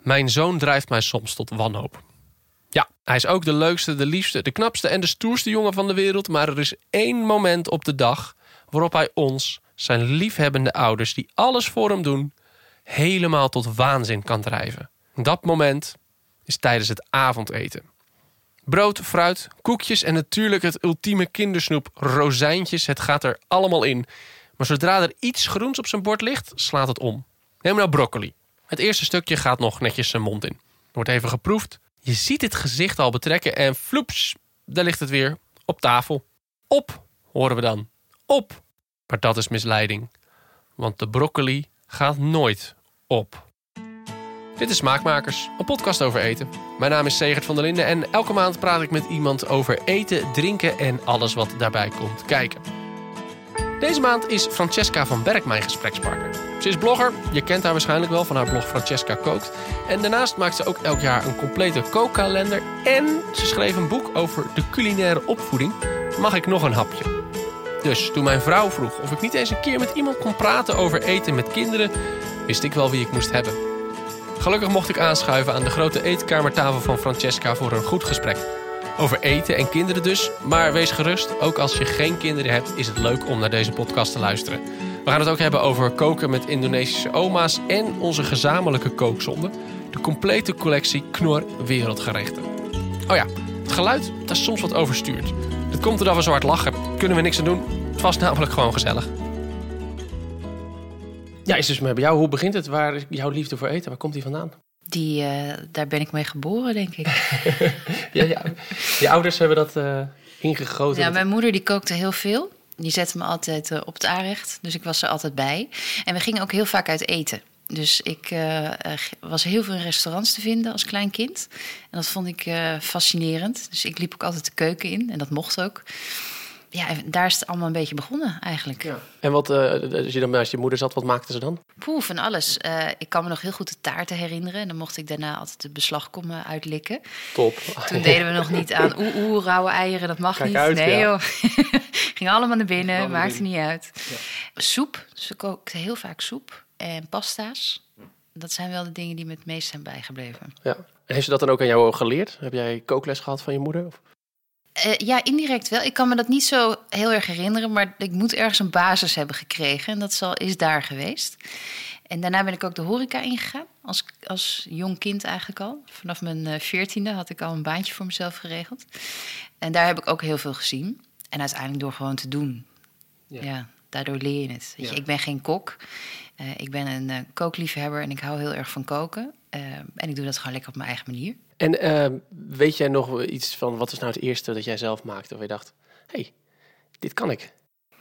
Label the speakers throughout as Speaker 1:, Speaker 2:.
Speaker 1: Mijn zoon drijft mij soms tot wanhoop. Ja, hij is ook de leukste, de liefste, de knapste en de stoerste jongen van de wereld. Maar er is 1 moment op de dag waarop hij ons, zijn liefhebbende ouders die alles voor hem doen, helemaal tot waanzin kan drijven. Dat moment is tijdens het avondeten. Brood, fruit, koekjes en natuurlijk het ultieme kindersnoep, rozijntjes. Het gaat er allemaal in. Maar zodra er iets groens op zijn bord ligt, slaat het om. Neem nou broccoli. Het eerste stukje gaat nog netjes zijn mond in. Wordt even geproefd. Je ziet het gezicht al betrekken en floeps, daar ligt het weer op tafel. Op, horen we dan. Op. Maar dat is misleiding. Want de broccoli gaat nooit op. Dit is Smaakmakers, een podcast over eten. Mijn naam is Segert van der Linden en elke maand praat ik met iemand over eten, drinken en alles wat daarbij komt kijken. Deze maand is Francesca van Berk mijn gesprekspartner. Ze is blogger, je kent haar waarschijnlijk wel van haar blog Francesca Kookt. En daarnaast maakt ze ook elk jaar een complete kookkalender. En ze schreef een boek over de culinaire opvoeding. Mag ik nog een hapje? Dus toen mijn vrouw vroeg of ik niet eens een keer met iemand kon praten over eten met kinderen, wist ik wel wie ik moest hebben. Gelukkig mocht ik aanschuiven aan de grote eetkamertafel van Francesca voor een goed gesprek. Over eten en kinderen dus, maar wees gerust, ook als je geen kinderen hebt, is het leuk om naar deze podcast te luisteren. We gaan het ook hebben over koken met Indonesische oma's en onze gezamenlijke kookzonde, de complete collectie Knor Wereldgerechten. Oh ja, het geluid, dat is soms wat overstuurd. Het komt doordat we zo hard lachen, kunnen we niks aan doen. Het was namelijk gewoon gezellig. Ja, is dus bij jou, hoe begint het? Waar is jouw liefde voor eten? Waar komt die vandaan?
Speaker 2: Daar ben ik mee geboren, denk ik.
Speaker 1: Ja. Je ouders hebben dat ingegoten?
Speaker 2: Ja, mijn moeder die kookte heel veel. Die zette me altijd op het aanrecht. Dus ik was er altijd bij. En we gingen ook heel vaak uit eten. Dus ik was heel veel in restaurants te vinden als klein kind. En dat vond ik fascinerend. Dus ik liep ook altijd de keuken in. En dat mocht ook. Ja, en daar is het allemaal een beetje begonnen eigenlijk. Ja.
Speaker 1: En wat, als je dan naast je moeder zat, wat maakte ze dan?
Speaker 2: Poeh, van alles. Ik kan me nog heel goed de taarten herinneren. En dan mocht ik daarna altijd de beslagkommen uitlikken.
Speaker 1: Top.
Speaker 2: Toen deden we nog niet aan rauwe eieren, dat mag niet.
Speaker 1: Uit,
Speaker 2: nee
Speaker 1: ja.
Speaker 2: Joh. Ging allemaal naar binnen, maakte niet uit. Ja. Soep, ze kookte heel vaak soep en pasta's. Dat zijn wel de dingen die me het meest zijn bijgebleven.
Speaker 1: Ja. En heeft ze dat dan ook aan jou geleerd? Heb jij kookles gehad van je moeder? Of?
Speaker 2: Ja, indirect wel. Ik kan me dat niet zo heel erg herinneren, maar ik moet ergens een basis hebben gekregen. En dat is daar geweest. En daarna ben ik ook de horeca ingegaan, als jong kind eigenlijk al. Vanaf mijn 14e had ik al een baantje voor mezelf geregeld. En daar heb ik ook heel veel gezien. En uiteindelijk door gewoon te doen. Ja, daardoor leer je het. Weet je, ik ben geen kok. Ik ben een kookliefhebber en ik hou heel erg van koken. En ik doe dat gewoon lekker op mijn eigen manier.
Speaker 1: En weet jij nog iets van, wat is nou het eerste dat jij zelf maakte? Waar je dacht, hey, dit kan ik.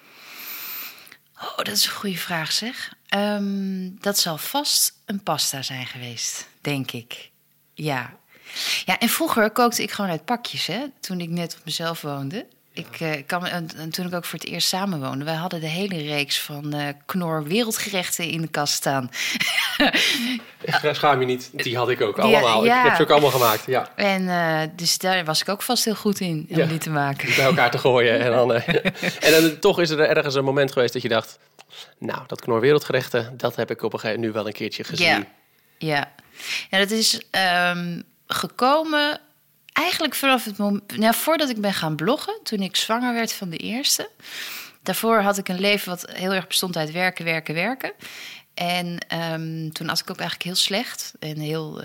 Speaker 2: Oh, dat is een goede vraag zeg. Dat zal vast een pasta zijn geweest, denk ik. Ja, en vroeger kookte ik gewoon uit pakjes, hè, toen ik net op mezelf woonde. Toen ik ook voor het eerst samenwoonde, wij hadden de hele reeks van Knor Wereldgerechten in de kast staan.
Speaker 1: Schaam je niet, die had ik ook allemaal. Ja. Ik heb ze ook allemaal gemaakt, ja.
Speaker 2: En dus daar was ik ook vast heel goed in, om die te maken.
Speaker 1: Bij elkaar te gooien. En dan toch is er ergens een moment geweest dat je dacht, nou, dat Knor Wereldgerechten, dat heb ik op een gegeven moment nu wel een keertje gezien.
Speaker 2: Ja, dat is gekomen eigenlijk vanaf het moment, voordat ik ben gaan bloggen, toen ik zwanger werd van de eerste. Daarvoor had ik een leven wat heel erg bestond uit werken. En toen at ik ook eigenlijk heel slecht en heel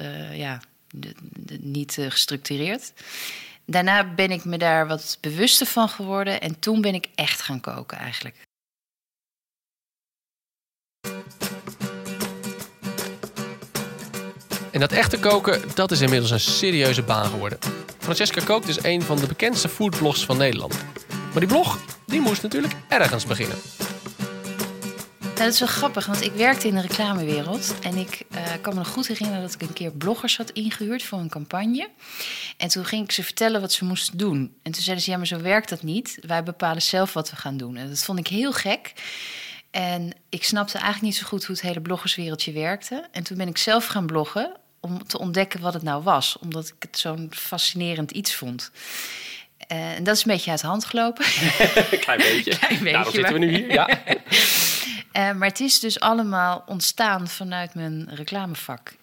Speaker 2: niet gestructureerd. Daarna ben ik me daar wat bewuster van geworden en toen ben ik echt gaan koken eigenlijk. En dat echte koken, dat is inmiddels een serieuze baan geworden. Francesca Kookt is een van de bekendste foodblogs van Nederland. Maar die blog, die moest natuurlijk ergens beginnen. Nou, dat is wel grappig, want ik werkte in de reclamewereld. En ik kan me nog goed herinneren dat ik een keer bloggers had ingehuurd voor een campagne. En toen ging ik ze vertellen wat ze moesten doen. En toen zeiden ze, ja, maar zo werkt dat niet. Wij bepalen zelf wat we gaan doen. En dat vond ik heel gek. En ik snapte eigenlijk niet zo goed hoe het hele bloggerswereldje werkte. En toen ben ik zelf gaan bloggen om te ontdekken wat het nou was. Omdat ik het zo'n fascinerend iets vond. En dat is een beetje uit de hand gelopen.
Speaker 1: Klein beetje. Daarom zitten we nu hier, ja.
Speaker 2: Maar het is dus allemaal ontstaan vanuit mijn reclamevak.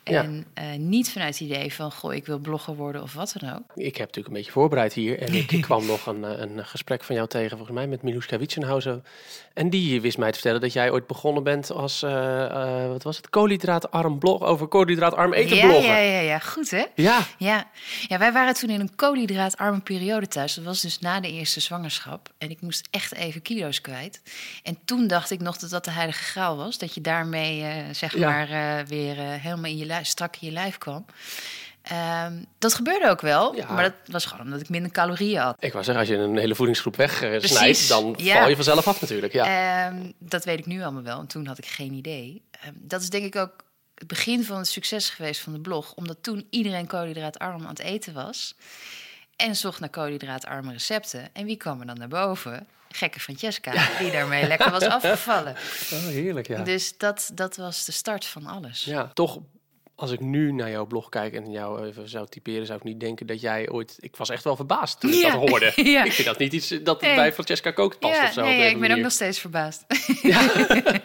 Speaker 3: En niet vanuit het idee van, goh, ik wil blogger worden of wat dan ook.
Speaker 1: Ik heb natuurlijk een beetje voorbereid hier. En ik kwam nog een gesprek van jou tegen, volgens mij, met Miluska Witsenhausen. En die wist mij te vertellen dat jij ooit begonnen bent als, wat was het, koolhydraatarm blog, over koolhydraatarm eten bloggen.
Speaker 3: Ja, goed hè?
Speaker 1: Ja,
Speaker 3: wij waren toen in een koolhydraatarme periode thuis. Dat was dus na de eerste zwangerschap. En ik moest echt even kilo's kwijt. En toen dacht ik nog dat dat de heilige graal was. Dat je daarmee, weer helemaal in strak in je lijf kwam. Dat gebeurde ook wel, maar dat was gewoon omdat ik minder calorieën had.
Speaker 1: Ik wou zeggen, als je een hele voedingsgroep wegsnijdt, dan val je vanzelf af natuurlijk. Ja.
Speaker 3: Dat weet ik nu allemaal wel, en toen had ik geen idee. Dat is denk ik ook het begin van het succes geweest van de blog, omdat toen iedereen koolhydraatarm aan het eten was en zocht naar koolhydraatarme recepten. En wie kwam er dan naar boven? Gekke Francesca, die daarmee lekker was afgevallen.
Speaker 1: Oh, heerlijk, ja.
Speaker 3: Dus dat was de start van alles.
Speaker 1: Ja, toch. Als ik nu naar jouw blog kijk en jou even zou typeren, zou ik niet denken dat jij ooit... Ik was echt wel verbaasd toen ik dat hoorde. Ja. Ik vind dat niet iets dat bij Francesca Kookt past of zo.
Speaker 3: Nee, ik ben ook nog steeds verbaasd.
Speaker 1: Ja.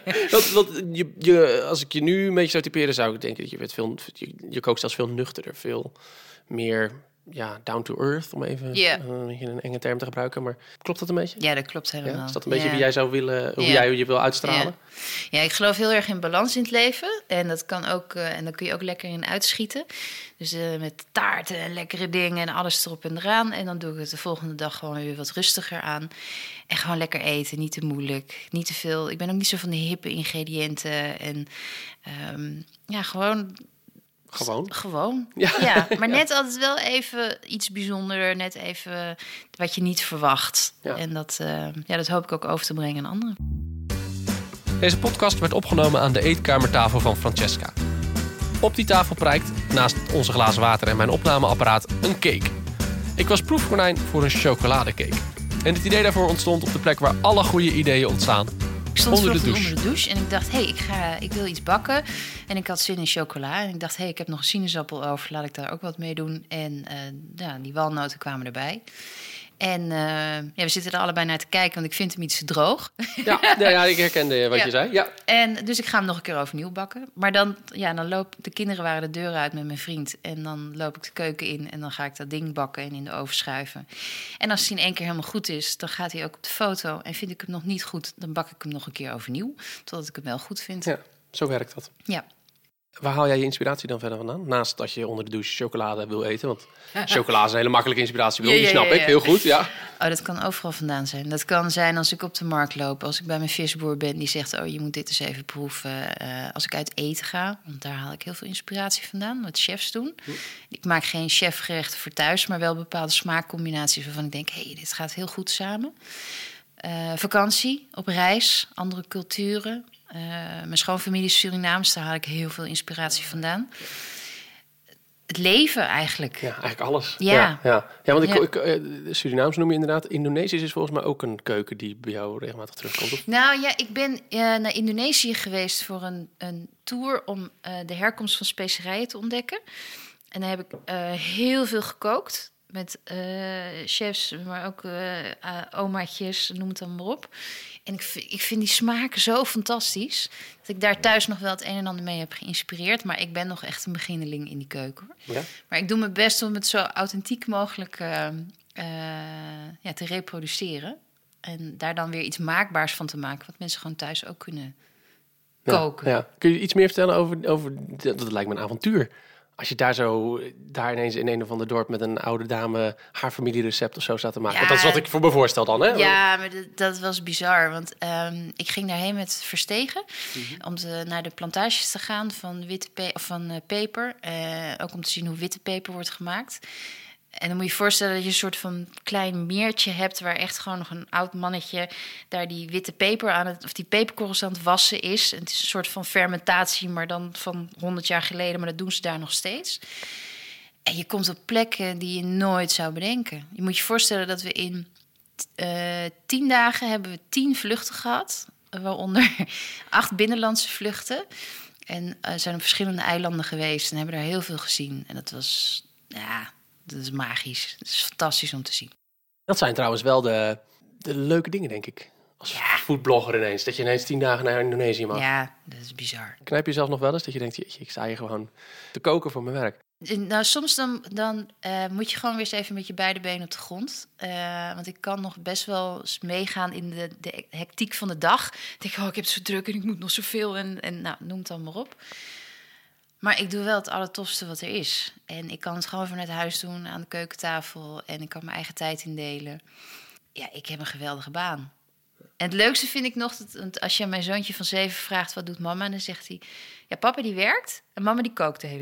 Speaker 1: Als ik je nu een beetje zou typeren, zou ik denken dat je kookt zelfs veel nuchterder, veel meer down to earth, om even een enge term te gebruiken. Maar klopt dat een beetje?
Speaker 3: Ja, dat klopt helemaal.
Speaker 1: Ja, is dat een beetje wie jij zou willen, hoe jij je wil uitstralen?
Speaker 3: Ja, ik geloof heel erg in balans in het leven. En dat kan ook, en daar kun je ook lekker in uitschieten. Dus met taarten en lekkere dingen en alles erop en eraan. En dan doe ik het de volgende dag gewoon weer wat rustiger aan. En gewoon lekker eten, niet te moeilijk, niet te veel. Ik ben ook niet zo van de hippe ingrediënten. En Gewoon. Ja, maar net altijd wel even iets bijzonder. Net even wat je niet verwacht. Ja. En dat hoop ik ook over te brengen aan anderen.
Speaker 2: Deze podcast werd opgenomen aan de eetkamertafel van Francesca. Op die tafel prijkt, naast onze glazen water en mijn opnameapparaat, een cake. Ik was proefkonijn voor een chocoladecake. En het idee daarvoor ontstond op de plek waar alle goede ideeën ontstaan.
Speaker 3: Ik stond onder de douche en ik dacht, ik wil iets bakken. En ik had zin in chocola. En ik dacht, ik heb nog een sinaasappel over, laat ik daar ook wat mee doen. En die walnoten kwamen erbij. En we zitten er allebei naar te kijken, want ik vind hem iets te droog.
Speaker 1: Ja, ik herkende wat je zei. Ja.
Speaker 3: En dus ik ga hem nog een keer overnieuw bakken. Maar dan de kinderen waren de deur uit met mijn vriend. En dan loop ik de keuken in en dan ga ik dat ding bakken en in de oven schuiven. En als hij in één keer helemaal goed is, dan gaat hij ook op de foto. En vind ik hem nog niet goed, dan bak ik hem nog een keer overnieuw. Totdat ik hem wel goed vind.
Speaker 1: Ja, zo werkt dat.
Speaker 3: Ja.
Speaker 1: Waar haal jij je inspiratie dan verder vandaan? Naast dat je onder de douche chocolade wil eten. Want chocolade is een hele makkelijke inspiratiebron. Die snap ik heel goed, ja.
Speaker 3: Oh, dat kan overal vandaan zijn. Dat kan zijn als ik op de markt loop. Als ik bij mijn visboer ben die zegt, je moet dit eens even proeven. Als ik uit eten ga, want daar haal ik heel veel inspiratie vandaan. Wat chefs doen. Ik maak geen chefgerechten voor thuis, maar wel bepaalde smaakcombinaties waarvan ik denk, dit gaat heel goed samen. Vakantie, op reis, andere culturen. Mijn schoonfamilie is Surinaams, daar haal ik heel veel inspiratie vandaan. Het leven eigenlijk.
Speaker 1: Ja, eigenlijk alles.
Speaker 3: Ja,
Speaker 1: want Surinaams noem je inderdaad. Indonesisch is volgens mij ook een keuken die bij jou regelmatig terugkomt. Of?
Speaker 3: Nou ja, ik ben naar Indonesië geweest voor een tour om de herkomst van specerijen te ontdekken. En daar heb ik heel veel gekookt. Met chefs, maar ook omaatjes, noem het dan maar op. En ik vind die smaken zo fantastisch, dat ik daar thuis nog wel het een en ander mee heb geïnspireerd. Maar ik ben nog echt een beginneling in die keuken. Ja? Maar ik doe mijn best om het zo authentiek mogelijk te reproduceren. En daar dan weer iets maakbaars van te maken, wat mensen gewoon thuis ook kunnen koken.
Speaker 1: Ja. Kun je iets meer vertellen over dat lijkt me een avontuur. Als je daar ineens in een of ander dorp met een oude dame haar familierecept of zo staat te maken. Ja, dat is wat ik voor me voorstel dan, hè?
Speaker 3: Ja, maar dat was bizar. Want ik ging daarheen met Verstegen. Om naar de plantages te gaan van peper. Ook om te zien hoe witte peper wordt gemaakt. En dan moet je je voorstellen dat je een soort van klein meertje hebt, waar echt gewoon nog een oud mannetje daar die witte peper die peperkorrels aan het wassen is. En het is een soort van fermentatie, maar dan van 100 jaar geleden. Maar dat doen ze daar nog steeds. En je komt op plekken die je nooit zou bedenken. Je moet je voorstellen dat we in 10 dagen hebben we 10 vluchten gehad. Waaronder 8 binnenlandse vluchten. En zijn op verschillende eilanden geweest en hebben daar heel veel gezien. En dat was, dat is magisch. Het is fantastisch om te zien.
Speaker 1: Dat zijn trouwens wel de leuke dingen, denk ik. Als foodblogger ineens. Dat je ineens 10 dagen naar Indonesië mag.
Speaker 3: Ja, dat is bizar.
Speaker 1: Knijp je jezelf nog wel eens dat je denkt... jeetje, ik sta hier gewoon te koken voor mijn werk.
Speaker 3: Nou, soms dan moet je gewoon weer eens even met je beide benen op de grond. Want ik kan nog best wel eens meegaan in de hectiek van de dag. Ik denk, ik heb het zo druk en ik moet nog zoveel. En nou, noem het dan maar op. Maar ik doe wel het allertofste wat er is. En ik kan het gewoon vanuit huis doen aan de keukentafel. En ik kan mijn eigen tijd indelen. Ja, ik heb een geweldige baan. En het leukste vind ik nog, dat als je aan mijn zoontje van 7 vraagt... wat doet mama? En dan zegt hij... ja, papa die werkt en mama die kookt de hele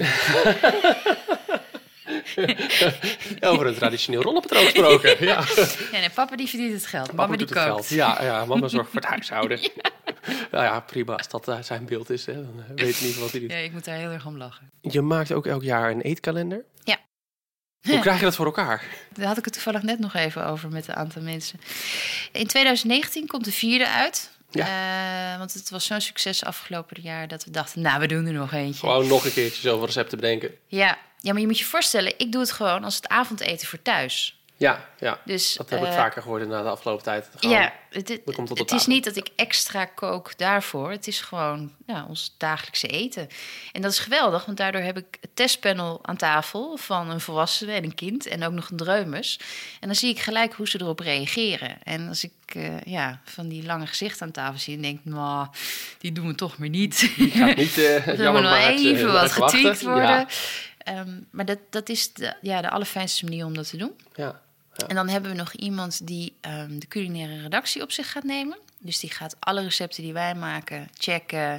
Speaker 3: dag.
Speaker 1: Over een traditioneel rollenpatroon gesproken. Ja.
Speaker 3: Nee, papa die verdient het geld. Mama die kookt.
Speaker 1: Ja, mama zorgt voor het huishouden. Nou ja, prima. Als dat zijn beeld is, hè, dan weet je niet wat hij doet.
Speaker 3: Ja, ik moet daar heel erg om lachen.
Speaker 1: Je maakt ook elk jaar een eetkalender.
Speaker 3: Ja.
Speaker 1: Hoe krijg je dat voor elkaar?
Speaker 3: Daar had ik het toevallig net nog even over met een aantal mensen. In 2019 komt de 4e uit. Ja. Want het was zo'n succes afgelopen jaar dat we dachten, nou, we doen er nog eentje.
Speaker 1: Gewoon nog een keertje zoveel recepten bedenken.
Speaker 3: Ja, maar je moet je voorstellen, ik doe het gewoon als het avondeten voor thuis.
Speaker 1: Ja.
Speaker 3: Dus,
Speaker 1: dat heb ik vaker gehoord na de afgelopen tijd.
Speaker 3: Het is niet dat ik extra kook daarvoor. Het is gewoon ons dagelijkse eten. En dat is geweldig, want daardoor heb ik het testpanel aan tafel... van een volwassene en een kind en ook nog een dreumes. En dan zie ik gelijk hoe ze erop reageren. En als ik van die lange gezichten aan tafel zie... en denk, nou, die doen we toch maar niet.
Speaker 1: Die gaat niet
Speaker 3: jammer nog even wat getweakt worden.
Speaker 1: Ja.
Speaker 3: Maar dat is de allerfijnste manier om dat te doen.
Speaker 1: Ja.
Speaker 3: En dan hebben we nog iemand die de culinaire redactie op zich gaat nemen. Dus die gaat alle recepten die wij maken checken.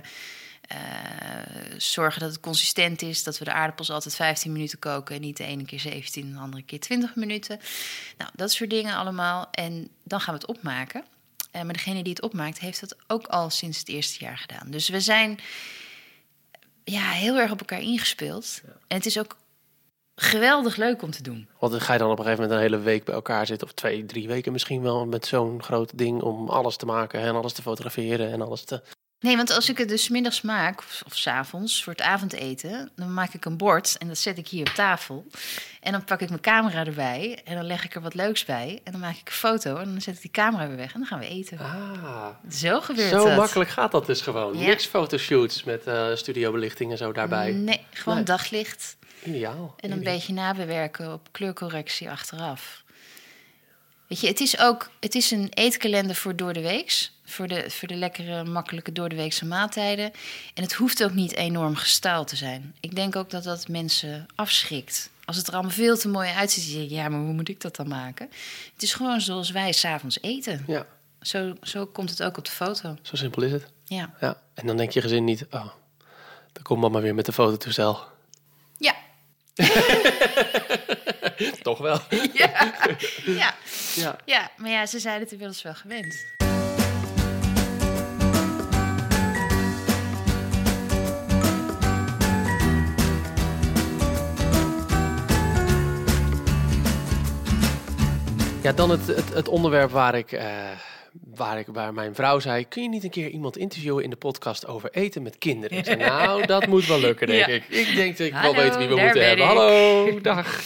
Speaker 3: Zorgen dat het consistent is. Dat we de aardappels altijd 15 minuten koken. En niet de ene keer 17 en de andere keer 20 minuten. Nou, dat soort dingen allemaal. En dan gaan we het opmaken. Maar degene die het opmaakt heeft dat ook al sinds het eerste jaar gedaan. Dus we zijn heel erg op elkaar ingespeeld. Ja. En het is ook geweldig leuk om te doen.
Speaker 1: Want dan ga je dan op een gegeven moment een hele week bij elkaar zitten... of 2-3 weken misschien wel met zo'n groot ding... om alles te maken en alles te fotograferen en alles te...
Speaker 3: Nee, want als ik het dus 's middags maak, of 's avonds voor het avondeten... dan maak ik een bord en dat zet ik hier op tafel. En dan pak ik mijn camera erbij en dan leg ik er wat leuks bij. En dan maak ik een foto en dan zet ik die camera weer weg en dan gaan we eten. Zo gebeurt het.
Speaker 1: Zo makkelijk gaat dat dus gewoon. Ja. Niks fotoshoots met studiobelichting en zo daarbij.
Speaker 3: Nee, gewoon daglicht.
Speaker 1: Ideaal.
Speaker 3: En een beetje nabewerken op kleurcorrectie achteraf. Weet je, het is een eetkalender voor door de weeks. Voor de lekkere, makkelijke doordeweekse maaltijden. En het hoeft ook niet enorm gestyled te zijn. Ik denk ook dat dat mensen afschrikt. Als het er allemaal veel te mooi uitziet, dan denk je, ja, maar hoe moet ik dat dan maken? Het is gewoon zoals wij 's avonds eten.
Speaker 1: Ja.
Speaker 3: Zo komt het ook op de foto.
Speaker 1: Zo simpel is het.
Speaker 3: Ja.
Speaker 1: En dan denk je gezin niet, dan komt mama weer met de fototoestel.
Speaker 3: Ja.
Speaker 1: Toch wel.
Speaker 3: Ja, maar ze zijn het inmiddels wel gewend.
Speaker 1: Ja, dan het onderwerp waar mijn vrouw zei... kun je niet een keer iemand interviewen in de podcast over eten met kinderen? Ik zei, nou, dat moet wel lukken, denk ik. Ik denk dat ik wel weet wie we moeten hebben. Hallo, dag.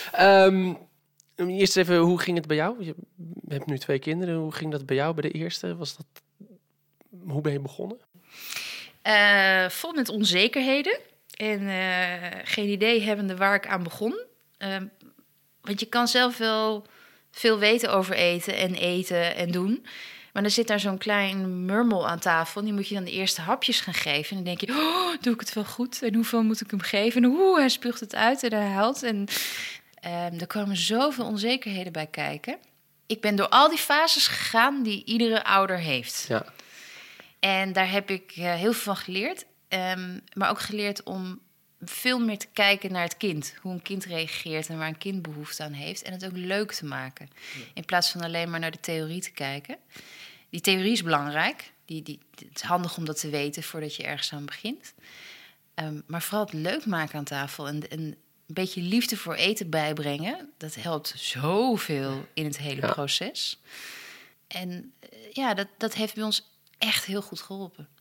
Speaker 1: Eerst even, hoe ging het bij jou? Je hebt nu 2 kinderen. Hoe ging dat bij jou bij de eerste? Hoe ben je begonnen?
Speaker 3: Vol met onzekerheden. En geen idee hebbende waar ik aan begon. Want je kan zelf wel veel weten over eten en doen. Maar dan zit daar zo'n klein murmel aan tafel. En die moet je dan de eerste hapjes gaan geven. En dan denk je, doe ik het wel goed? En hoeveel moet ik hem geven? En hij spuugt het uit en hij huilt. En er komen zoveel onzekerheden bij kijken. Ik ben door al die fases gegaan die iedere ouder heeft.
Speaker 1: Ja.
Speaker 3: En daar heb ik heel veel van geleerd. Maar ook geleerd om veel meer te kijken naar het kind. Hoe een kind reageert en waar een kind behoefte aan heeft. En het ook leuk te maken. Ja. In plaats van alleen maar naar de theorie te kijken. Die theorie is belangrijk. Het is handig om dat te weten voordat je ergens aan begint. Maar vooral het leuk maken aan tafel. En een beetje liefde voor eten bijbrengen. Dat helpt zoveel in het hele proces. En dat heeft bij ons echt heel goed geholpen.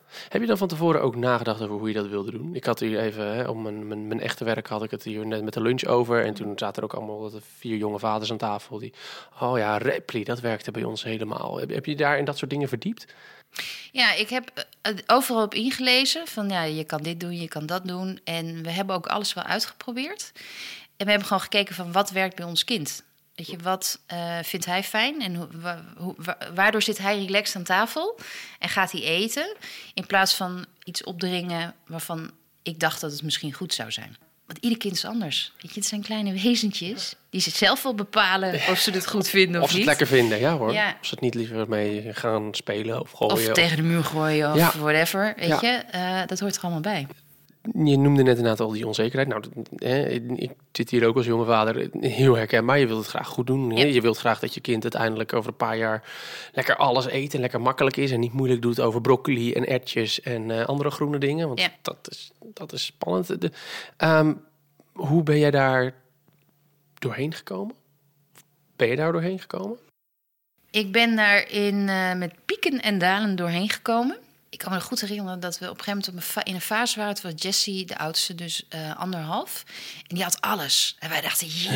Speaker 2: Heb je dan van tevoren ook nagedacht over hoe je dat wilde doen? Ik had hier even, om mijn echte werk had ik het hier net met de lunch over. En toen zaten er ook allemaal 4 jonge vaders aan tafel. Die, Repli, dat werkte bij ons helemaal. Heb je daar in dat soort dingen verdiept?
Speaker 3: Ja, ik heb overal op ingelezen van je kan dit doen, je kan dat doen. En we hebben ook alles wel uitgeprobeerd. En we hebben gewoon gekeken van wat werkt bij ons kind. Weet je, wat vindt hij fijn en waardoor zit hij relaxed aan tafel en gaat hij eten in plaats van iets opdringen waarvan ik dacht dat het misschien goed zou zijn. Want ieder kind is anders. Weet je, het zijn kleine wezentjes die zichzelf wel bepalen of ze het goed vinden of
Speaker 2: ze
Speaker 3: niet.
Speaker 2: het lekker vinden, ja hoor.
Speaker 3: Ja.
Speaker 2: Of ze het niet liever mee gaan spelen of gooien.
Speaker 3: Of tegen de muur gooien of whatever. Weet je, dat hoort er allemaal bij.
Speaker 2: Je noemde net inderdaad al die onzekerheid. Nou, ik zit hier ook als jonge vader heel herkenbaar. Je wilt het graag goed doen. Ja. Je wilt graag dat je kind uiteindelijk over een paar jaar lekker alles eet en lekker makkelijk is en niet moeilijk doet over broccoli en erwtjes en andere groene dingen. Want dat is spannend. Hoe ben jij daar doorheen gekomen? Ben je daar doorheen gekomen?
Speaker 3: Ik ben daarin met pieken en dalen doorheen gekomen. Ik kan me goed herinneren dat we op een gegeven moment in een fase waren. Het was Jessie, de oudste, dus 1,5. En die had alles. En wij dachten, yes,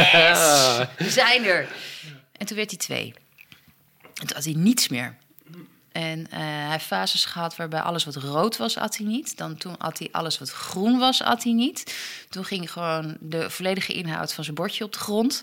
Speaker 3: we zijn er. En toen werd hij 2. En toen had hij niets meer. En hij heeft fases gehad waarbij alles wat rood was, at hij niet. Toen at hij alles wat groen was, at hij niet. Toen ging gewoon de volledige inhoud van zijn bordje op de grond.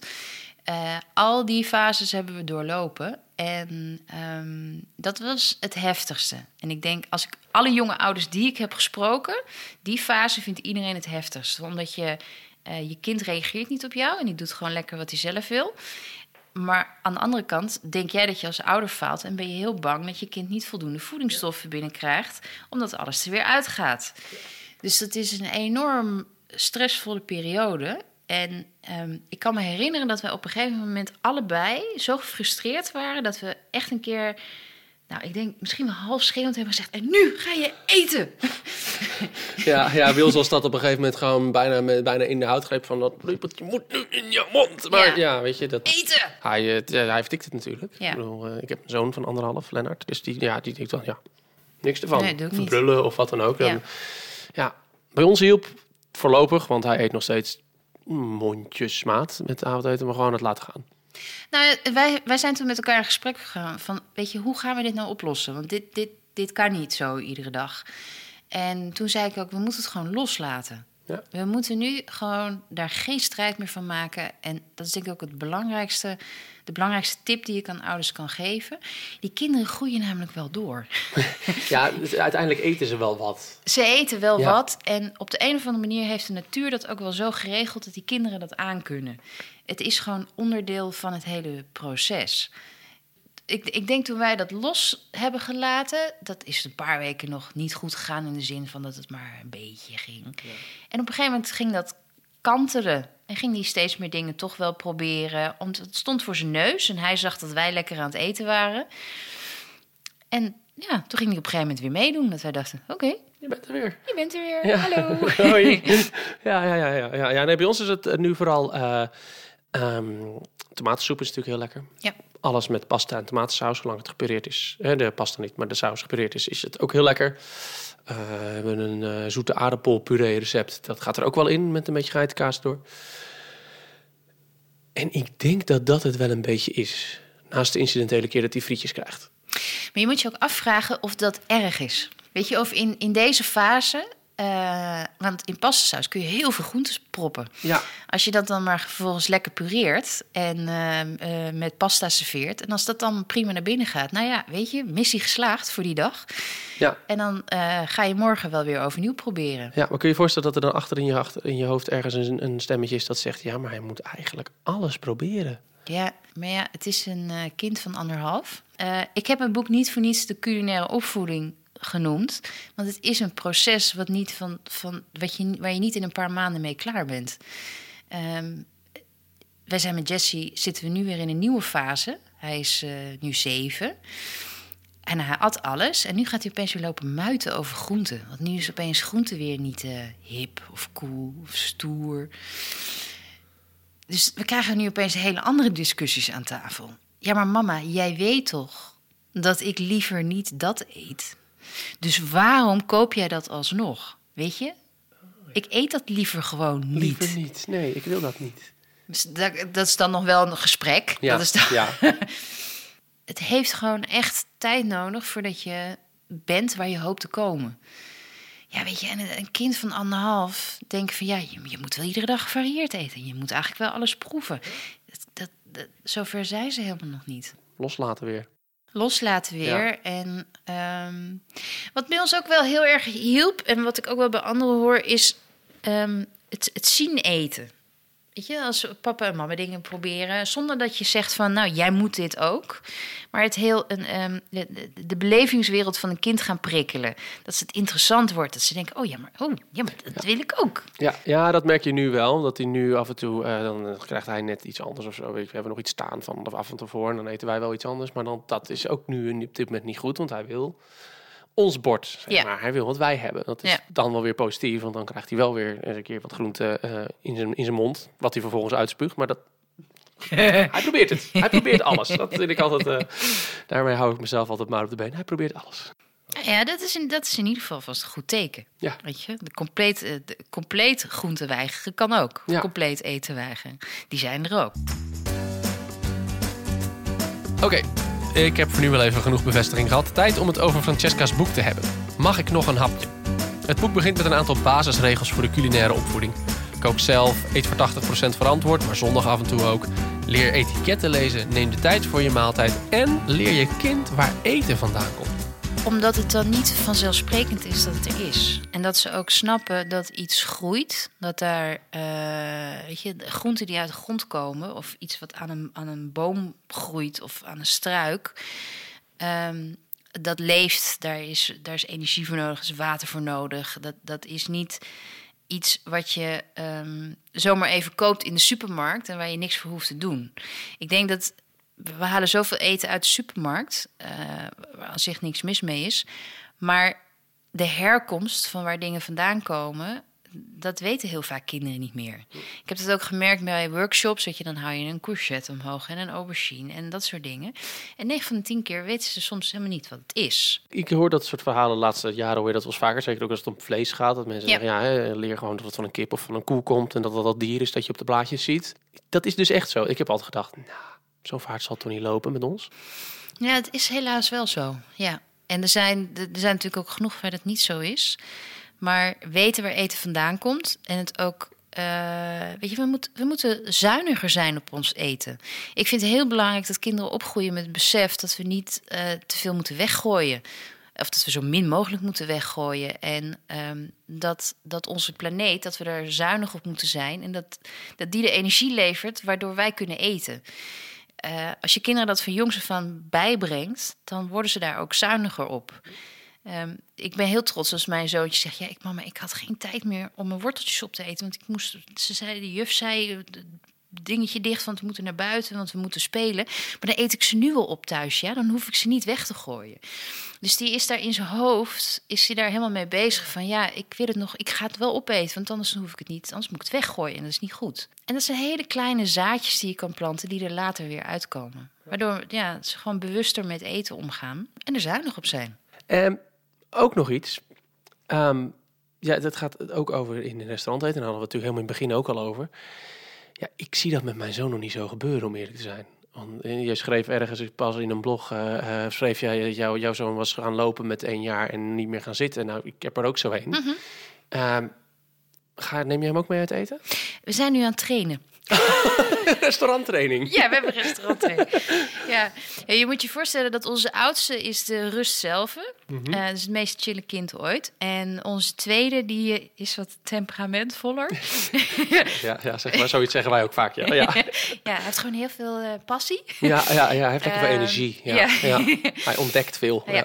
Speaker 3: Al die fases hebben we doorlopen. En dat was het heftigste. En ik denk, als ik alle jonge ouders die ik heb gesproken, die fase vindt iedereen het heftigst. Omdat je kind reageert niet op jou en die doet gewoon lekker wat hij zelf wil. Maar aan de andere kant denk jij dat je als ouder faalt en ben je heel bang dat je kind niet voldoende voedingsstoffen binnenkrijgt, omdat alles er weer uitgaat. Dus dat is een enorm stressvolle periode. En ik kan me herinneren dat we op een gegeven moment allebei zo gefrustreerd waren dat we echt een keer, ik denk misschien wel half schreeuwend hebben gezegd: en nu ga je eten.
Speaker 2: Ja, bij ons was dat op een gegeven moment gewoon bijna in de houtgreep van dat lepeltje moet nu in je mond. Maar weet je, dat
Speaker 3: eten.
Speaker 2: Hij vertikt het natuurlijk. Ja. Ik bedoel, ik heb een zoon van 1,5, Lennart, dus die denkt dan niks ervan.
Speaker 3: Nee, doe ik niet.
Speaker 2: Brullen of wat dan ook. Ja, bij ons hielp voorlopig, want hij eet nog steeds mondjesmaat met het avondeten, maar gewoon het laten gaan.
Speaker 3: Nou, wij zijn toen met elkaar in gesprek gegaan van, weet je, hoe gaan we dit nou oplossen? Want dit kan niet zo iedere dag. En toen zei ik ook, we moeten het gewoon loslaten. Ja. We moeten nu gewoon daar geen strijd meer van maken. En dat is denk ik ook de belangrijkste tip die je aan ouders kan geven. Die kinderen groeien namelijk wel door.
Speaker 2: Ja, dus uiteindelijk eten ze wel wat.
Speaker 3: Ze eten wel wat. En op de een of andere manier heeft de natuur dat ook wel zo geregeld dat die kinderen dat aankunnen. Het is gewoon onderdeel van het hele proces. Ik denk toen wij dat los hebben gelaten, dat is een paar weken nog niet goed gegaan in de zin van dat het maar een beetje ging. Ja. En op een gegeven moment ging dat kantelen en ging hij steeds meer dingen toch wel proberen. Want het stond voor zijn neus en hij zag dat wij lekker aan het eten waren. En ja, toen ging hij op een gegeven moment weer meedoen. Dat wij dachten, oké.
Speaker 2: Je bent er weer.
Speaker 3: Je bent er weer, ja. Hallo.
Speaker 2: Hoi. Ja, nee, bij ons is het nu vooral tomatensoep is natuurlijk heel lekker. Ja. Alles met pasta en tomatensaus, zolang het gepureerd is. De pasta niet, maar de saus gepureerd is het ook heel lekker. We hebben een zoete aardappelpuree recept. Dat gaat er ook wel in met een beetje geitenkaas door. En ik denk dat dat het wel een beetje is. Naast de incidentele keer dat hij frietjes krijgt.
Speaker 3: Maar je moet je ook afvragen of dat erg is. Weet je, of in deze fase, want in pastasaus kun je heel veel groentes proppen. Ja. Als je dat dan maar vervolgens lekker pureert en met pasta serveert. En als dat dan prima naar binnen gaat. Nou ja, weet je, missie geslaagd voor die dag. Ja. En dan ga je morgen wel weer overnieuw proberen.
Speaker 2: Ja, maar kun je je voorstellen dat er dan achter in je hoofd ergens een stemmetje is dat zegt: ja, maar hij moet eigenlijk alles proberen.
Speaker 3: Ja, maar ja, het is een kind van 1,5. Ik heb mijn boek niet voor niets de culinaire opvoeding genoemd. Want het is een proces wat niet waar je niet in een paar maanden mee klaar bent. Wij zijn met Jessie, zitten we nu weer in een nieuwe fase. Hij is nu 7. En hij at alles. En nu gaat hij opeens weer lopen muiten over groenten. Want nu is opeens groente weer niet hip of cool of stoer. Dus we krijgen nu opeens hele andere discussies aan tafel. Ja, maar mama, jij weet toch dat ik liever niet dat eet? Dus waarom koop jij dat alsnog? Weet je? Ik eet dat liever gewoon niet.
Speaker 2: Liever niet. Nee, ik wil dat niet.
Speaker 3: Dus dat is dan nog wel een gesprek.
Speaker 2: Ja,
Speaker 3: Dat is dan...
Speaker 2: ja.
Speaker 3: Het heeft gewoon echt tijd nodig voordat je bent waar je hoopt te komen. Ja, weet je, en een kind van 1,5 denkt van... ja, je moet wel iedere dag gevarieerd eten. Je moet eigenlijk wel alles proeven. Zover zijn ze helemaal nog niet.
Speaker 2: Loslaten weer.
Speaker 3: Loslaten weer.
Speaker 2: Ja.
Speaker 3: En wat bij ons ook wel heel erg hielp... en wat ik ook wel bij anderen hoor... is het zien eten. Weet je, als papa en mama dingen proberen... zonder dat je zegt van, nou, jij moet dit ook. Maar de belevingswereld van een kind gaan prikkelen. Dat het interessant wordt. Dat ze denken, oh ja, maar dat wil ik ook.
Speaker 2: Ja, dat merk je nu wel. Dat hij nu af en toe... dan krijgt hij net iets anders of zo. Weet je, we hebben nog iets staan van de avond ervoor... en dan eten wij wel iets anders. Maar dan, dat is ook nu op dit moment niet goed. Want hij wil... ons bord, zeg maar. Hij wil wat wij hebben. Dat is dan wel weer positief, want dan krijgt hij wel weer een keer wat groente in zijn mond, wat hij vervolgens uitspuugt. Maar dat hij probeert het. Hij probeert alles. Dat vind ik altijd. Daarmee hou ik mezelf altijd maar op de been. Hij probeert alles.
Speaker 3: Ja, dat is in ieder geval vast een goed teken.
Speaker 2: Ja.
Speaker 3: Weet je, de compleet groente weigeren kan ook.
Speaker 2: Ja.
Speaker 3: Compleet eten weigeren. Die zijn er ook.
Speaker 1: Oké, ik heb voor nu wel even genoeg bevestiging gehad. Tijd om het over Francesca's boek te hebben. Mag ik nog een hapje? Het boek begint met een aantal basisregels voor de culinaire opvoeding. Kook zelf, eet voor 80% verantwoord, maar zondag af en toe ook. Leer etiketten lezen, neem de tijd voor je maaltijd... en leer je kind waar eten vandaan komt.
Speaker 3: Omdat het dan niet vanzelfsprekend is dat het er is. En dat ze ook snappen dat iets groeit. Dat daar groenten die uit de grond komen... of iets wat aan een boom groeit of aan een struik... dat leeft, daar is energie voor nodig, er is water voor nodig. Dat is niet iets wat je zomaar even koopt in de supermarkt... en waar je niks voor hoeft te doen. Ik denk dat... We halen zoveel eten uit de supermarkt, waar aan zich niks mis mee is. Maar de herkomst van waar dingen vandaan komen... dat weten heel vaak kinderen niet meer. Ik heb dat ook gemerkt bij workshops... dat je dan hou je een courgette omhoog en een aubergine en dat soort dingen. En 9 van de 10 keer weten ze soms helemaal niet wat het is.
Speaker 2: Ik hoor dat soort verhalen de laatste jaren hoor je dat wel eens vaker. Zeker ook als het om vlees gaat. Dat mensen zeggen, leer gewoon dat het van een kip of van een koe komt... en dat dier is dat je op de blaadjes ziet. Dat is dus echt zo. Ik heb altijd gedacht, zo vaart zal het toch niet lopen met ons? Ja,
Speaker 3: het is helaas wel zo, ja. En er zijn natuurlijk ook genoeg waar dat niet zo is... Maar weten waar eten vandaan komt en het ook... we moeten zuiniger zijn op ons eten. Ik vind het heel belangrijk dat kinderen opgroeien met het besef... dat we niet te veel moeten weggooien. Of dat we zo min mogelijk moeten weggooien. En dat onze planeet, dat we daar zuinig op moeten zijn... en dat die de energie levert waardoor wij kunnen eten... als je kinderen dat van jongs af aan bijbrengt... dan worden ze daar ook zuiniger op... ik ben heel trots als mijn zoontje zegt... mama, ik had geen tijd meer om mijn worteltjes op te eten. Want de juf zei... dingetje dicht, want we moeten naar buiten... want we moeten spelen. Maar dan eet ik ze nu wel op thuis, ja. Dan hoef ik ze niet weg te gooien. Dus die is daar in zijn hoofd... is hij daar helemaal mee bezig van... ik wil het nog, ik ga het wel opeten... want anders hoef ik het niet, anders moet ik het weggooien... en dat is niet goed. En dat zijn hele kleine zaadjes die je kan planten... die er later weer uitkomen. Waardoor ze gewoon bewuster met eten omgaan... en er zuinig op zijn.
Speaker 2: Ook nog iets. Dat gaat ook over in een restaurant eten. En daar hadden we het natuurlijk helemaal in het begin ook al over. Ja, ik zie dat met mijn zoon nog niet zo gebeuren, om eerlijk te zijn. Want je schreef ergens, pas in een blog, schreef jij dat jouw zoon was gaan lopen met 1 jaar en niet meer gaan zitten. Nou, ik heb er ook zo een.
Speaker 3: Mm-hmm.
Speaker 2: Neem je hem ook mee uit eten?
Speaker 3: We zijn nu aan het trainen.
Speaker 2: Restauranttraining.
Speaker 3: Ja, we hebben restauranttraining. Ja, je moet je voorstellen dat onze oudste is de rust zelf.
Speaker 2: Mm-hmm.
Speaker 3: Dat is het meest chille kind ooit. En onze tweede, die is wat temperamentvoller.
Speaker 2: ja, zeg maar, zoiets zeggen wij ook vaak. Ja,
Speaker 3: hij heeft gewoon heel veel passie.
Speaker 2: Ja, hij heeft lekker veel energie. Ja. Hij ontdekt veel.
Speaker 3: Ja.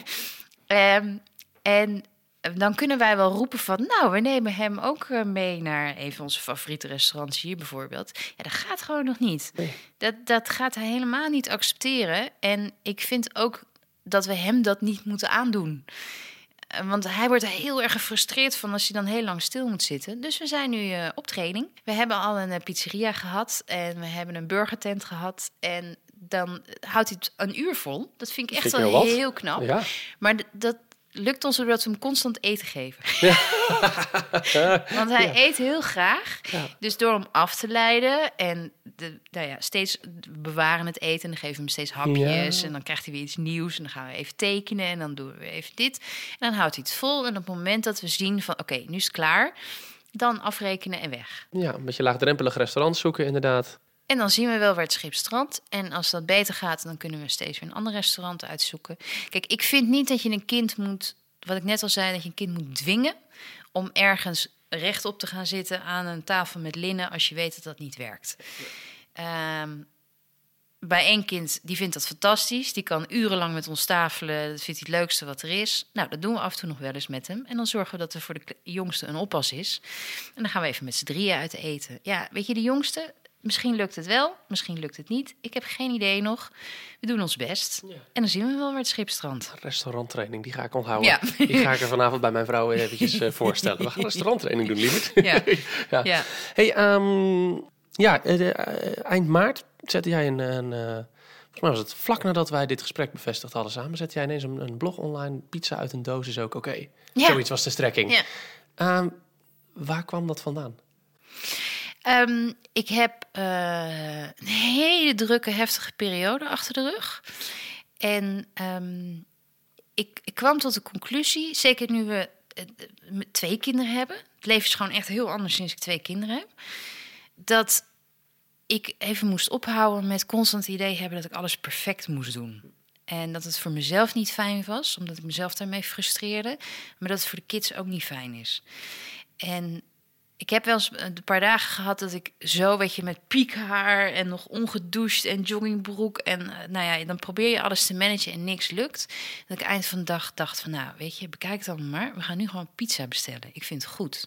Speaker 3: En dan kunnen wij wel roepen van... we nemen hem ook mee naar een van onze favoriete restaurants hier bijvoorbeeld. Ja, dat gaat gewoon nog niet.
Speaker 2: Nee.
Speaker 3: Dat gaat hij helemaal niet accepteren. En ik vind ook dat we hem dat niet moeten aandoen. Want hij wordt er heel erg gefrustreerd van als hij dan heel lang stil moet zitten. Dus we zijn nu op training. We hebben al een pizzeria gehad en we hebben een burgertent gehad. En dan houdt hij het 1 uur vol. Dat vind ik echt wel heel knap.
Speaker 2: Ja.
Speaker 3: Maar lukt ons doordat we hem constant eten geven. Want hij eet heel graag. Ja. Dus door hem af te leiden en steeds bewaren het eten... en dan geven we hem steeds hapjes en dan krijgt hij weer iets nieuws... en dan gaan we even tekenen en dan doen we weer even dit. En dan houdt hij het vol en op het moment dat we zien van... oké, nu is het klaar, dan afrekenen en weg.
Speaker 2: Ja, een beetje laagdrempelig restaurant zoeken inderdaad.
Speaker 3: En dan zien we wel waar het schip strandt. En als dat beter gaat, dan kunnen we steeds weer een ander restaurant uitzoeken. Kijk, ik vind niet dat je een kind moet... wat ik net al zei, dat je een kind moet dwingen... om ergens rechtop te gaan zitten aan een tafel met linnen... als je weet dat dat niet werkt. Bij één kind, die vindt dat fantastisch. Die kan urenlang met ons tafelen. Dat vindt hij het leukste wat er is. Nou, dat doen we af en toe nog wel eens met hem. En dan zorgen we dat er voor de jongste een oppas is. En dan gaan we even met z'n drieën uit eten. Ja, weet je, de jongste... Misschien lukt het wel, misschien lukt het niet. Ik heb geen idee nog. We doen ons best. Ja. En dan zien we wel waar het schip strandt.
Speaker 2: Restauranttraining, die ga ik onthouden. Ja. Die ga ik er vanavond bij mijn vrouw eventjes voorstellen. We gaan restauranttraining doen, lieverd. Ja. Hey, eind maart zette jij volgens mij was het vlak nadat wij dit gesprek bevestigd hadden samen... zette jij ineens een blog online. Pizza uit een doos is ook oké. Ja. Zoiets was de strekking. Ja. Waar kwam dat vandaan?
Speaker 3: Ik heb een hele drukke, heftige periode achter de rug. En ik kwam tot de conclusie, zeker nu we 2 kinderen hebben... het leven is gewoon echt heel anders sinds ik 2 kinderen heb... dat ik even moest ophouden met constant het idee hebben... dat ik alles perfect moest doen. En dat het voor mezelf niet fijn was, omdat ik mezelf daarmee frustreerde... maar dat het voor de kids ook niet fijn is. En... ik heb wel eens een paar dagen gehad dat ik zo, weet je, met piekhaar en nog ongedoucht en joggingbroek. En dan probeer je alles te managen en niks lukt. Dat ik eind van de dag dacht van, nou, weet je, bekijk het allemaal maar. We gaan nu gewoon pizza bestellen. Ik vind het goed.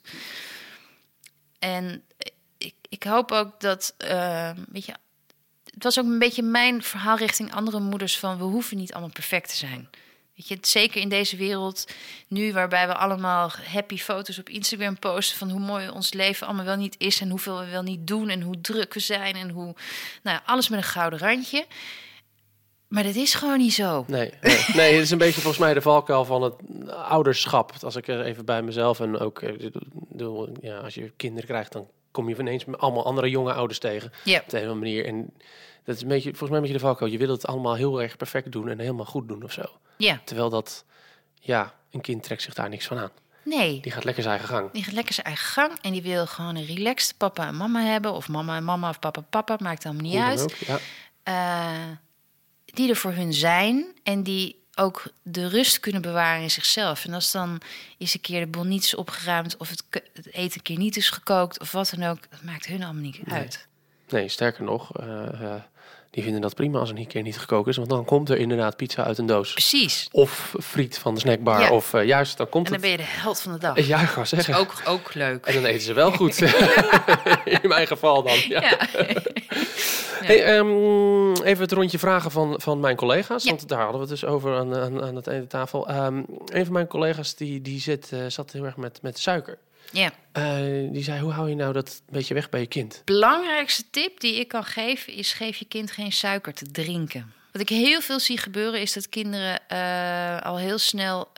Speaker 3: En ik hoop ook dat, weet je, het was ook een beetje mijn verhaal richting andere moeders van, we hoeven niet allemaal perfect te zijn. Weet je, zeker in deze wereld nu waarbij we allemaal happy foto's op Instagram posten... van hoe mooi ons leven allemaal wel niet is... en hoeveel we wel niet doen en hoe druk we zijn... en hoe, alles met een gouden randje. Maar dat is gewoon niet zo.
Speaker 2: Nee, het is een beetje volgens mij de valkuil van het ouderschap. Als ik er even bij mezelf en ook... als je kinderen krijgt, dan kom je ineens met allemaal andere jonge ouders tegen. Yep. Op de een manier. En dat is volgens mij een beetje de valkuil. Je wil het allemaal heel erg perfect doen en helemaal goed doen of zo.
Speaker 3: Ja.
Speaker 2: Terwijl dat, een kind trekt zich daar niks van aan.
Speaker 3: Nee.
Speaker 2: Die gaat lekker zijn eigen gang.
Speaker 3: Die gaat lekker zijn eigen gang en die wil gewoon een relaxed papa en mama hebben. Of mama en mama of papa en papa, maakt allemaal niet uit.
Speaker 2: Ook, ja.
Speaker 3: Die er voor hun zijn en die ook de rust kunnen bewaren in zichzelf. En als dan eens een keer de boel niet is opgeruimd... of het eten een keer niet is gekookt of wat dan ook... dat maakt hun allemaal niet uit.
Speaker 2: Nee, sterker nog... die vinden dat prima als er een keer niet gekookt is. Want dan komt er inderdaad pizza uit een doos.
Speaker 3: Precies.
Speaker 2: Of friet van de snackbar. Ja. Of juist, dan komt
Speaker 3: en dan ben je de held van de dag.
Speaker 2: Ja, ik ga zeggen.
Speaker 3: Dat is ook leuk.
Speaker 2: En dan eten ze wel goed. In mijn geval dan. Ja. Hey, even het rondje vragen van mijn collega's. Ja. Want daar hadden we het dus over aan het ene tafel. Een van mijn collega's die zat heel erg met suiker.
Speaker 3: Ja.
Speaker 2: Die zei, hoe hou je nou dat een beetje weg bij je kind?
Speaker 3: Belangrijkste tip die ik kan geven is... geef je kind geen suiker te drinken. Wat ik heel veel zie gebeuren is dat kinderen al heel snel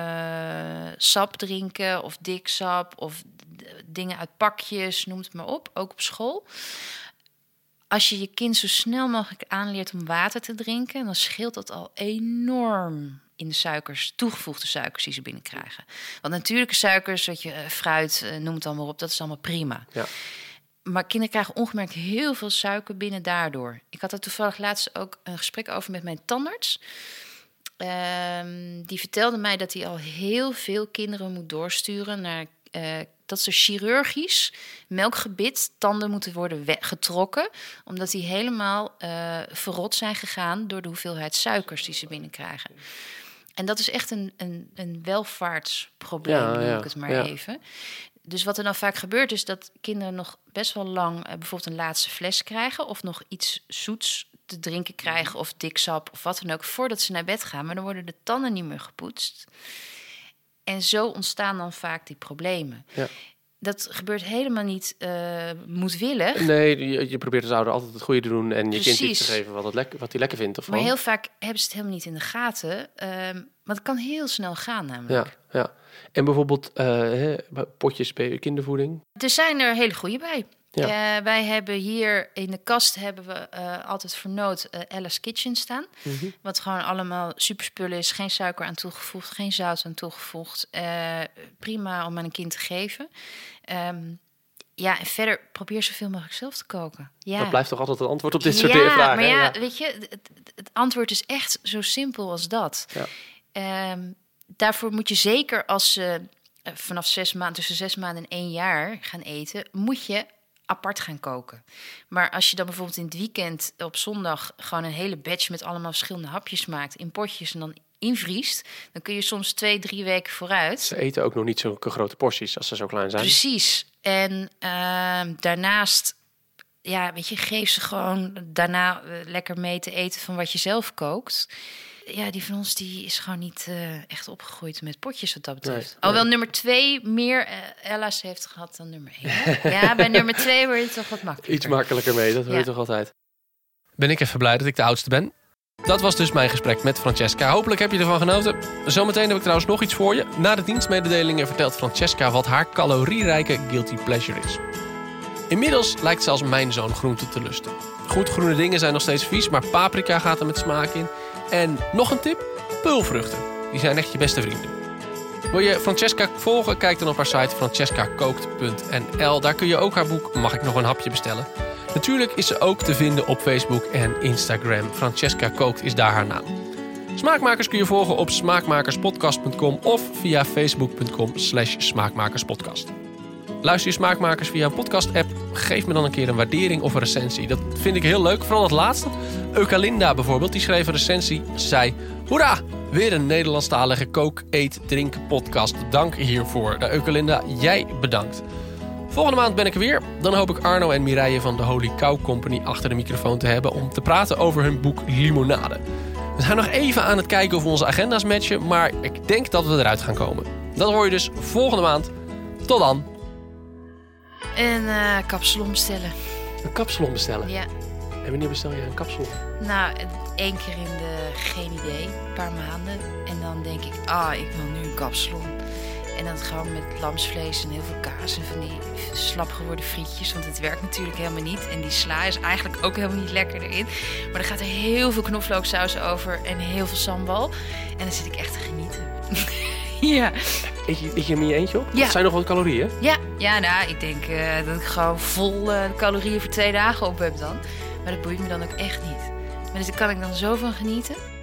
Speaker 3: sap drinken... of dik sap of dingen uit pakjes, noem het maar op. Ook op school. Als je je kind zo snel mogelijk aanleert om water te drinken... dan scheelt dat al enorm in de suikers, toegevoegde suikers die ze binnenkrijgen. Want natuurlijke suikers, weet je, fruit, noem het allemaal op, dat is allemaal prima. Ja. Maar kinderen krijgen ongemerkt heel veel suiker binnen daardoor. Ik had er toevallig laatst ook een gesprek over met mijn tandarts. Die vertelde mij dat hij al heel veel kinderen moet doorsturen naar... dat ze chirurgisch melkgebit tanden moeten worden getrokken... omdat die helemaal verrot zijn gegaan... door de hoeveelheid suikers die ze binnenkrijgen. En dat is echt een welvaartsprobleem, noem ik het maar even. Dus wat er dan vaak gebeurt is dat kinderen nog best wel lang... bijvoorbeeld een laatste fles krijgen... of nog iets zoets te drinken krijgen... of dik sap of wat dan ook... voordat ze naar bed gaan. Maar dan worden de tanden niet meer gepoetst... En zo ontstaan dan vaak die problemen. Ja. Dat gebeurt helemaal niet moedwillig.
Speaker 2: Nee, je probeert als ouder altijd het goede te doen en je kind iets te
Speaker 3: Precies.
Speaker 2: geven wat hij lekker vindt. Of
Speaker 3: Maar heel vaak hebben ze het helemaal niet in de gaten. Maar het kan heel snel gaan namelijk.
Speaker 2: Ja. En bijvoorbeeld potjes bij kindervoeding.
Speaker 3: Er zijn er hele goede bij.
Speaker 2: Ja.
Speaker 3: Wij hebben hier in de kast hebben we altijd voor nood Ella's Kitchen staan.
Speaker 2: Mhm.
Speaker 3: Wat gewoon allemaal superspullen is. Geen suiker aan toegevoegd, geen zout aan toegevoegd. Prima om aan een kind te geven. En verder probeer zoveel mogelijk zelf te koken. Ja.
Speaker 2: Dat blijft toch altijd het antwoord op dit soort vragen.
Speaker 3: Maar weet je, het antwoord is echt zo simpel als dat.
Speaker 2: Ja.
Speaker 3: Daarvoor moet je zeker als ze vanaf 6 maanden, tussen 6 maanden en 1 jaar gaan eten, moet je apart gaan koken. Maar als je dan bijvoorbeeld in het weekend op zondag gewoon een hele batch met allemaal verschillende hapjes maakt in potjes en dan invriest, dan kun je soms 2-3 weken vooruit.
Speaker 2: Ze eten ook nog niet zulke grote porties als ze zo klein zijn.
Speaker 3: Precies. En daarnaast, geef ze gewoon daarna lekker mee te eten van wat je zelf kookt. Ja, die van ons die is gewoon niet echt opgegroeid met potjes wat dat betreft.
Speaker 2: Nee.
Speaker 3: Alhoewel nummer 2 meer Ella's heeft gehad dan nummer 1. Ja, bij nummer 2 word je toch wat makkelijker.
Speaker 2: Iets makkelijker mee, dat hoor je toch altijd.
Speaker 1: Ben ik even blij dat ik de oudste ben. Dat was dus mijn gesprek met Francesca. Hopelijk heb je ervan genoten. Zometeen heb ik trouwens nog iets voor je. Na de dienstmededelingen vertelt Francesca wat haar calorierijke guilty pleasure is. Inmiddels lijkt zelfs mijn zoon groenten te lusten. Goed, groene dingen zijn nog steeds vies, maar paprika gaat er met smaak in. En nog een tip, peulvruchten. Die zijn echt je beste vrienden. Wil je Francesca volgen? Kijk dan op haar site francescakookt.nl. Daar kun je ook haar boek Mag ik nog een hapje bestellen. Natuurlijk is ze ook te vinden op Facebook en Instagram. Francesca Kookt is daar haar naam. Smaakmakers kun je volgen op smaakmakerspodcast.com of via facebook.com/smaakmakerspodcast. Luister je Smaakmakers via een podcast-app? Geef me dan een keer een waardering of een recensie. Dat vind ik heel leuk, vooral het laatste. Eukalinda bijvoorbeeld, die schreef een recensie. Ze zei, hoera, weer een Nederlandstalige kook, eet, drinken podcast. Dank hiervoor. Eukalinda, jij bedankt. Volgende maand ben ik er weer. Dan hoop ik Arno en Mireille van de Holy Cow Company achter de microfoon te hebben om te praten over hun boek Limonade. We zijn nog even aan het kijken of onze agenda's matchen, maar ik denk dat we eruit gaan komen. Dat hoor je dus volgende maand. Tot dan.
Speaker 3: Een kapsalon bestellen.
Speaker 2: Een kapsalon bestellen?
Speaker 3: Ja.
Speaker 2: En wanneer bestel je een kapsalon?
Speaker 3: Nou, 1 keer in de geen idee. Een paar maanden. En dan denk ik, ik wil nu een kapsalon. En dan gewoon met lamsvlees en heel veel kaas en van die slap geworden frietjes. Want het werkt natuurlijk helemaal niet. En die sla is eigenlijk ook helemaal niet lekker erin. Maar dan gaat er heel veel knoflooksaus over en heel veel sambal. En dan zit ik echt te genieten. Ja.
Speaker 2: Eet je hem in je eentje op?
Speaker 3: Ja.
Speaker 2: Dat zijn nog wat calorieën?
Speaker 3: Ja, nou, ik denk dat ik gewoon vol calorieën voor 2 dagen op heb dan. Maar dat boeit me dan ook echt niet. Maar dus daar kan ik dan zo van genieten.